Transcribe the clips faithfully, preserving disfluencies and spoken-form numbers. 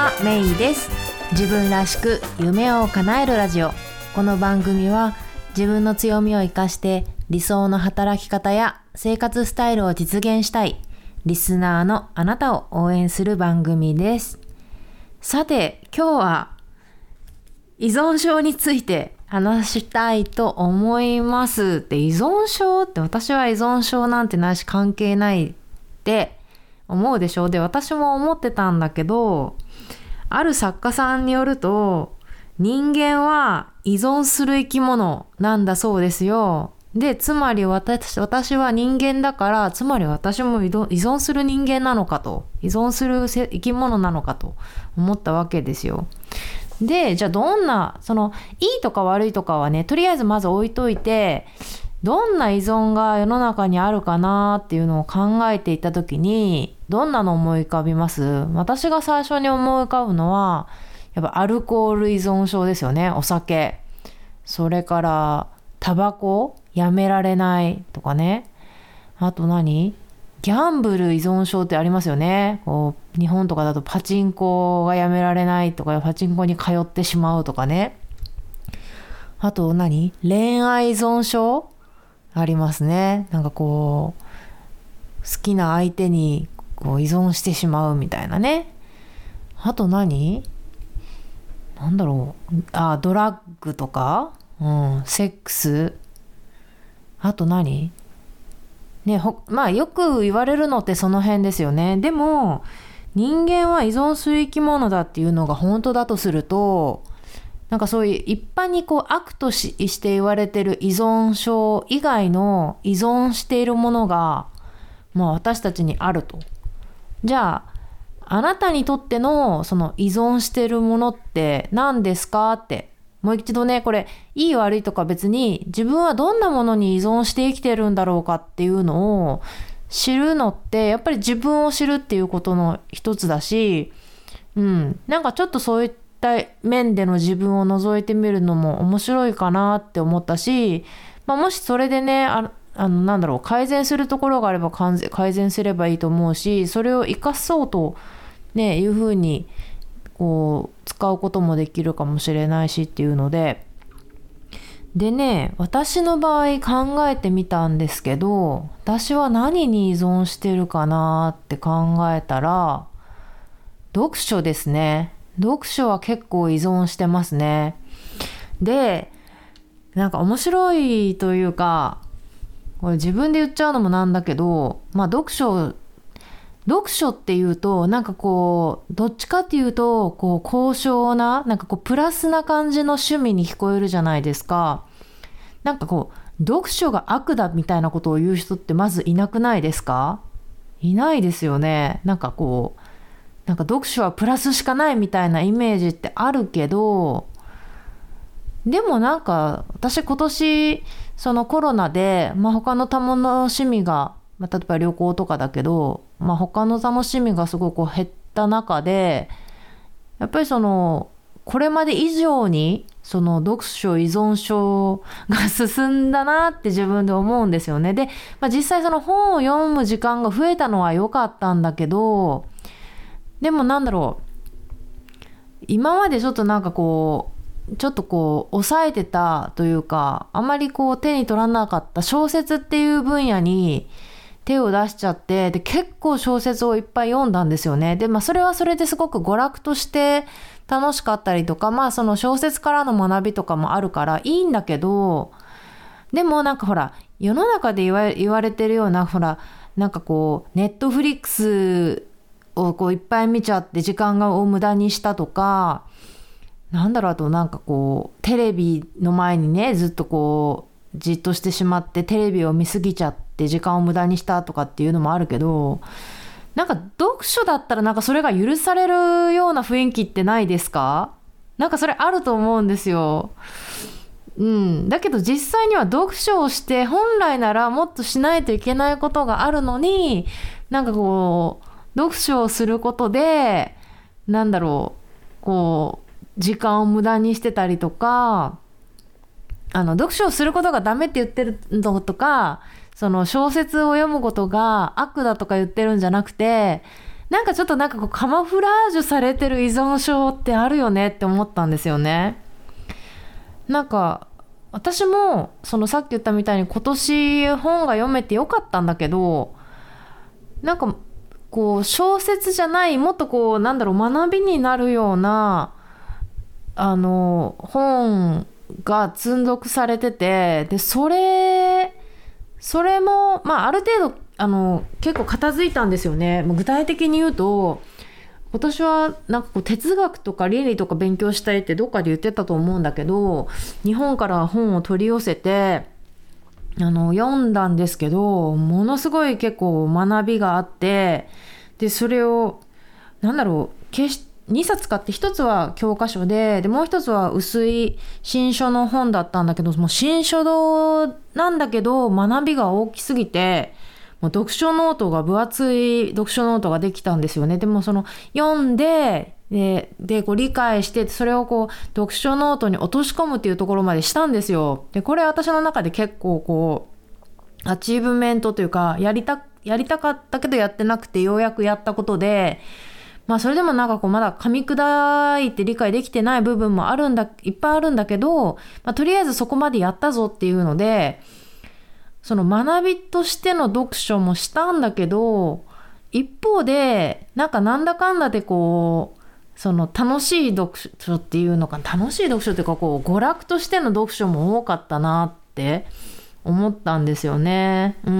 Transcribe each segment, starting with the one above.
は、メイです。自分らしく夢を叶えるラジオ。この番組は自分の強みを生かして理想の働き方や生活スタイルを実現したいリスナーのあなたを応援する番組です。さて、今日は依存症について話したいと思います。で、依存症って私は依存症なんてないし関係ないって思うでしょ。で、私も思ってたんだけど、ある作家さんによると、人間は依存する生き物なんだそうですよ。で、つまり私、私は人間だから、つまり私も依存する人間なのかと、依存する生き物なのかと思ったわけですよ。で、じゃあどんな、その、いいとか悪いとかはね、とりあえずまず置いといて、どんな依存が世の中にあるかなっていうのを考えていたときに、どんなの思い浮かびます？私が最初に思い浮かぶのは、やっぱアルコール依存症ですよね。お酒。それから、タバコやめられないとかね。あと何？ギャンブル依存症ってありますよね。こう日本とかだとパチンコがやめられないとか、パチンコに通ってしまうとかね。あと何？恋愛依存症ありますね。なんかこう好きな相手にこう依存してしまうみたいなね。あと何？なんだろう。あ、ドラッグとか、うん、セックス。あと何？ね、ほまあよく言われるのってその辺ですよね。でも人間は依存する生き物だっていうのが本当だとすると、なんかそういう一般にこう悪と し, して言われてる依存症以外の依存しているものが、まあ、私たちにあると。じゃああなたにとってのその依存しているものって何ですかって、もう一度ね、これいい悪いとか別に自分はどんなものに依存して生きてるんだろうかっていうのを知るのってやっぱり自分を知るっていうことの一つだし、うん、なんかちょっとそういった面での自分を覗いてみるのも面白いかなって思ったし、まあ、もしそれでね、ああのなんだろう改善するところがあれば改善すればいいと思うし、それを生かそうとねいうふうにこう使うこともできるかもしれないしっていうので、でね、私の場合考えてみたんですけど、私は何に依存してるかなって考えたら、読書ですね。読書は結構依存してますね。で、なんか面白いというか、これ自分で言っちゃうのもなんだけど、まあ読書読書っていうとなんかこうどっちかっていうとこう高尚ななんかこうプラスな感じの趣味に聞こえるじゃないですか。なんかこう読書が悪だみたいなことを言う人ってまずいなくないですか？いないですよね。なんかこうなんか読書はプラスしかないみたいなイメージってあるけど、でもなんか私今年そのコロナで、まあ、他の楽しみが、まあ、例えば旅行とかだけど、まあ、他の楽しみがすごく減った中で、やっぱりそのこれまで以上にその読書依存症が進んだなって自分で思うんですよね。で、まあ、実際その本を読む時間が増えたのは良かったんだけど、でもなんだろう、今までちょっとなんかこうちょっとこう抑えてたというか、あまりこう手に取らなかった小説っていう分野に手を出しちゃって、で結構小説をいっぱい読んだんですよね。で、まあそれはそれですごく娯楽として楽しかったりとか、まあその小説からの学びとかもあるからいいんだけど、でもなんかほら世の中で言わ、言われてるようなほらなんかこうネットフリックスをこういっぱい見ちゃって時間を無駄にしたとか、なんだろう、あとなんかこうテレビの前にねずっとこうじっとしてしまってテレビを見すぎちゃって時間を無駄にしたとかっていうのもあるけど、なんか読書だったらなんかそれが許されるような雰囲気ってないですか？なんかそれあると思うんですよ。うん、だけど実際には読書をして本来ならもっとしないといけないことがあるのに、なんかこう読書をすることでなんだろうこう時間を無駄にしてたりとか、あの読書をすることがダメって言ってるのとか、その小説を読むことが悪だとか言ってるんじゃなくて、 なんかちょっとなんかこうカモフラージュされてる依存症ってあるよねって思ったんですよね。なんか私もそのさっき言ったみたいに今年本が読めてよかったんだけど、なんかこう小説じゃないもっとこうなんだろう学びになるようなあの本が積読されてて、でそれそれもまあある程度あの結構片付いたんですよね。具体的に言うと今年はなんかこう哲学とか倫理とか勉強したいってどっかで言ってたと思うんだけど、日本から本を取り寄せてあの読んだんですけど、ものすごい結構学びがあって、でそれをなんだろう決しにさつ買って、ひとつは教科書で、でもうひとつは薄い新書の本だったんだけど、もう新書なんだけど学びが大きすぎて、もう読書ノートが分厚い読書ノートができたんですよね。でもその読んでででこう理解して、それをこう読書ノートに落とし込むっていうところまでしたんですよ。でこれ私の中で結構こうアチーブメントというか、やりたやりたかったけどやってなくてようやくやったことで、まあそれでもなんかこうまだ噛み砕いて理解できてない部分もあるんだいっぱいあるんだけど、まあ、とりあえずそこまでやったぞっていうので、その学びとしての読書もしたんだけど、一方でなんかなんだかんだでこうその楽しい読書っていうのか、楽しい読書っていうかこう娯楽としての読書も多かったなって思ったんですよね。うん。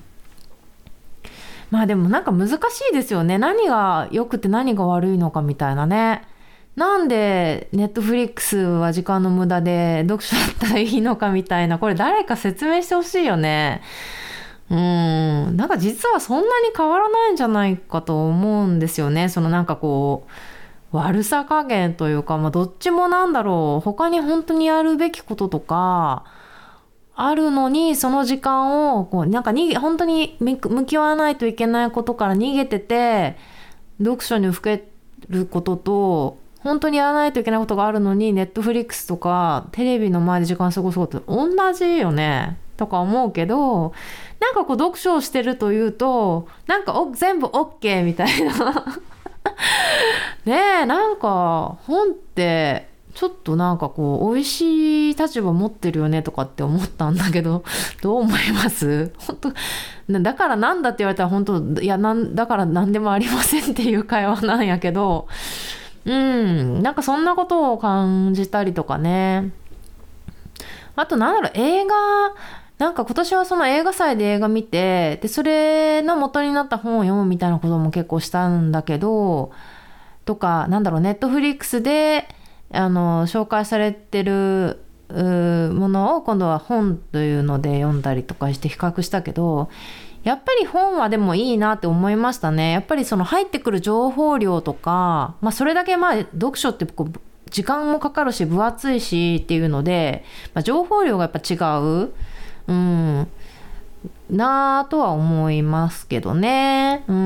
まあでもなんか難しいですよね。何が良くて何が悪いのかみたいなね。なんでネットフリックスは時間の無駄で読書だったらいいのかみたいな、これ誰か説明してほしいよね。うーん、なんか実はそんなに変わらないんじゃないかと思うんですよね。そのなんかこう悪さ加減というか、まあどっちもなんだろう、他に本当にやるべきこととかあるのに、その時間をこうなんかに本当に向き合わないといけないことから逃げてて読書にふけることと、本当にやらないといけないことがあるのにネットフリックスとかテレビの前で時間過ごすこと同じよねとか思うけど、なんかこう読書をしてるというとなんかお全部 OK みたいなねえ、なんか本ってちょっとなんかこう美味しい立場持ってるよねとかって思ったんだけど、どう思います？本当だからなんだって言われたら本当いやなんだから何でもありませんっていう会話なんやけど、うん、なんかそんなことを感じたりとかね。あとなんだろう、映画なんか今年はその映画祭で映画見て、でそれの元になった本を読むみたいなことも結構したんだけど、とかなんだろう、ネットフリックスであの紹介されてるものを今度は本というので読んだりとかして比較したけど、やっぱり本はでもいいなって思いましたね。やっぱりその入ってくる情報量とか、まあそれだけまあ読書ってこう時間もかかるし分厚いしっていうので、まあ、情報量がやっぱ違う、うん、なぁとは思いますけどね。うん。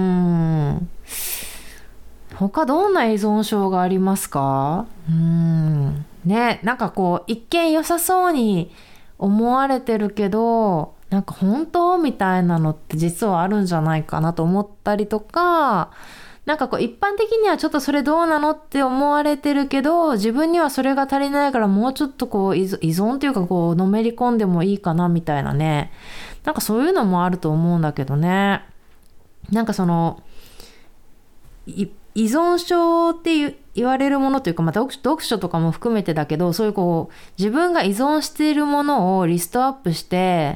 他どんな依存症がありますか？うんね、なんかこう一見良さそうに思われてるけど、なんか本当みたいなのって実はあるんじゃないかなと思ったりとか、なんかこう一般的にはちょっとそれどうなのって思われてるけど、自分にはそれが足りないからもうちょっとこう依存っていうかこうのめり込んでもいいかなみたいなね、なんかそういうのもあると思うんだけどね。なんかその依存症って言われるものというか、まあ、読, 読書とかも含めてだけど、そういうこう自分が依存しているものをリストアップして、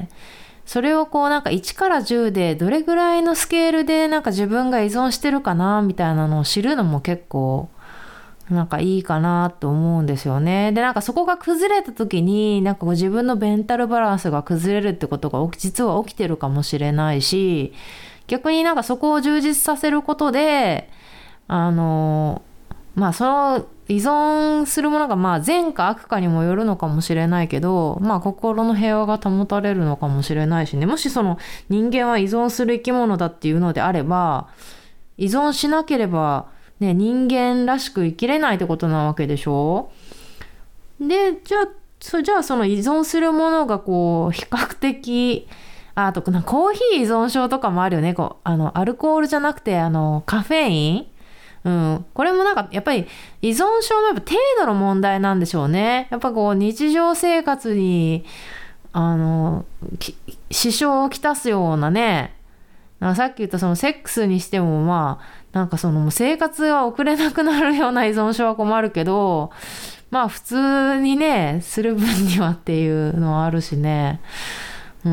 それをこうなんかいちからじゅうでどれぐらいのスケールでなんか自分が依存してるかなみたいなのを知るのも結構なんかいいかなと思うんですよね。でなんかそこが崩れた時になんかこう自分のメンタルバランスが崩れるってことが実は起きてるかもしれないし、逆になんかそこを充実させることであのまあその依存するものがまあ善か悪かにもよるのかもしれないけど、まあ心の平和が保たれるのかもしれないしね。もしその人間は依存する生き物だっていうのであれば、依存しなければね人間らしく生きれないってことなわけでしょ。でじゃあそじゃあその依存するものがこう比較的あとなんかコーヒー依存症とかもあるよね。こうあのアルコールじゃなくてあのカフェイン、うん、これもなんかやっぱり依存症のやっぱ程度の問題なんでしょうね。やっぱこう日常生活にあの支障をきたすようなね、なんかさっき言ったそのセックスにしてもまあなんかその生活が送れなくなるような依存症は困るけど、まあ普通にねする分にはっていうのはあるしね。うん、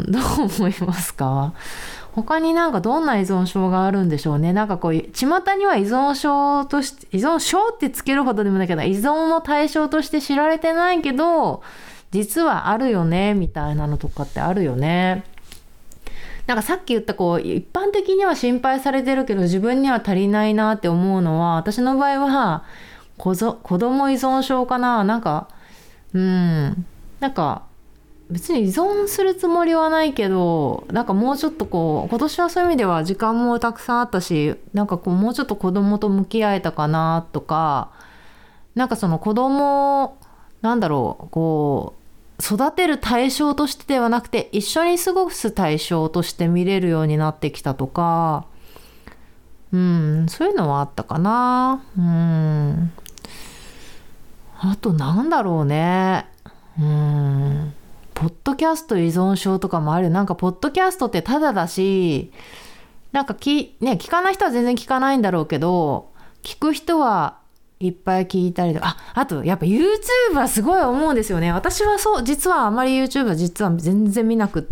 どう思いますか？他になんかどんな依存症があるんでしょうね。なんかこう巷には依存症として依存症ってつけるほどでもないけど依存の対象として知られてないけど実はあるよねみたいなのとかってあるよね。なんかさっき言ったこう一般的には心配されてるけど自分には足りないなって思うのは、私の場合は子ぞ子供依存症かな。なんかうんなんか別に依存するつもりはないけど、なんかもうちょっとこう今年はそういう意味では時間もたくさんあったし、なんかこうもうちょっと子供と向き合えたかなとか、なんかその子供なんだろうこう育てる対象としてではなくて一緒に過ごす対象として見れるようになってきたとか、うんそういうのはあったかな。うんあとなんだろうね、うんポッドキャスト依存症とかもある。なんかポッドキャストってタダだし、なんかき、ね、聞かない人は全然聞かないんだろうけど、聞く人はいっぱい聞いたりとか、あ、あとやっぱ YouTube はすごい思うんですよね。私はそう実はあまり YouTube は実は全然見なくって、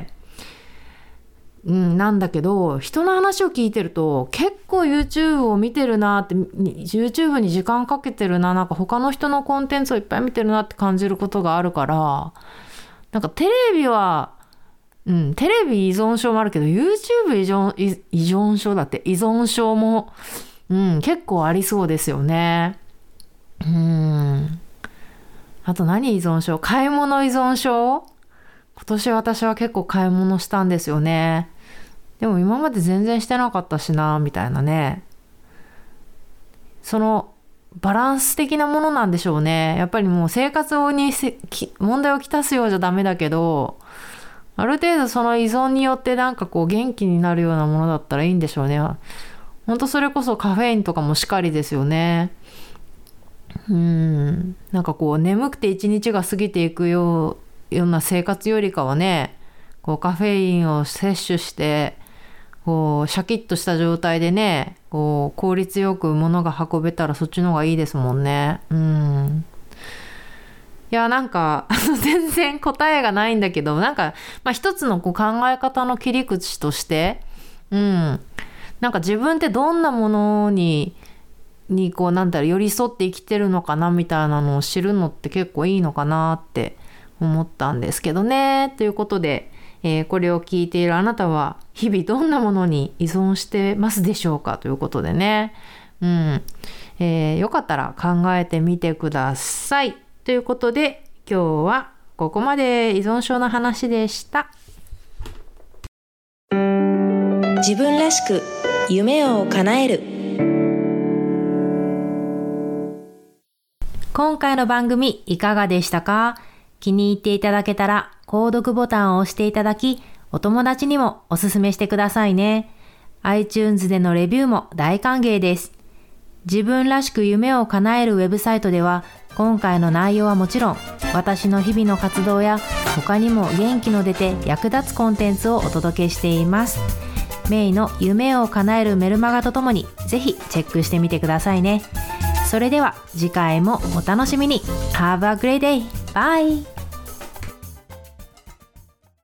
うん、なんだけど人の話を聞いてると結構 YouTube を見てるなって、 YouTube に時間かけてるな、なんか他の人のコンテンツをいっぱい見てるなって感じることがあるから、なんかテレビは、うん、テレビ依存症もあるけど YouTube 依存、依存症だって依存症も、うん、結構ありそうですよね。うん。あと何依存症？買い物依存症？今年私は結構買い物したんですよね。でも今まで全然してなかったしなみたいなね。そのバランス的なものなんでしょうね。やっぱりもう生活に問題をきたすようじゃダメだけど、ある程度その依存によってなんかこう元気になるようなものだったらいいんでしょうね。ほんとそれこそカフェインとかもしかりですよね。うんなんかこう眠くて一日が過ぎていくよう、ような生活よりかはね、こうカフェインを摂取してこうシャキッとした状態でね、こう効率よく物が運べたらそっちの方がいいですもんね。うんいやなんか全然答えがないんだけど、なんか、まあ、一つのこう考え方の切り口として、うんなんか自分ってどんなものににこうなんだろう寄り添って生きてるのかなみたいなのを知るのって結構いいのかなって思ったんですけどね。ということで、えー、これを聞いているあなたは日々どんなものに依存してますでしょうかということでね、うんえー、よかったら考えてみてください。ということで今日はここまで依存症の話でした。 自分らしく夢を叶える。 今回の番組いかがでしたか？気に入っていただけたら購読ボタンを押していただき、お友達にもおすすめしてくださいね。iTunes でのレビューも大歓迎です。自分らしく夢を叶えるウェブサイトでは、今回の内容はもちろん、私の日々の活動や他にも元気の出て役立つコンテンツをお届けしています。メイの夢を叶えるメルマガとともにぜひチェックしてみてくださいね。それでは次回もお楽しみに。Have a great day! Bye!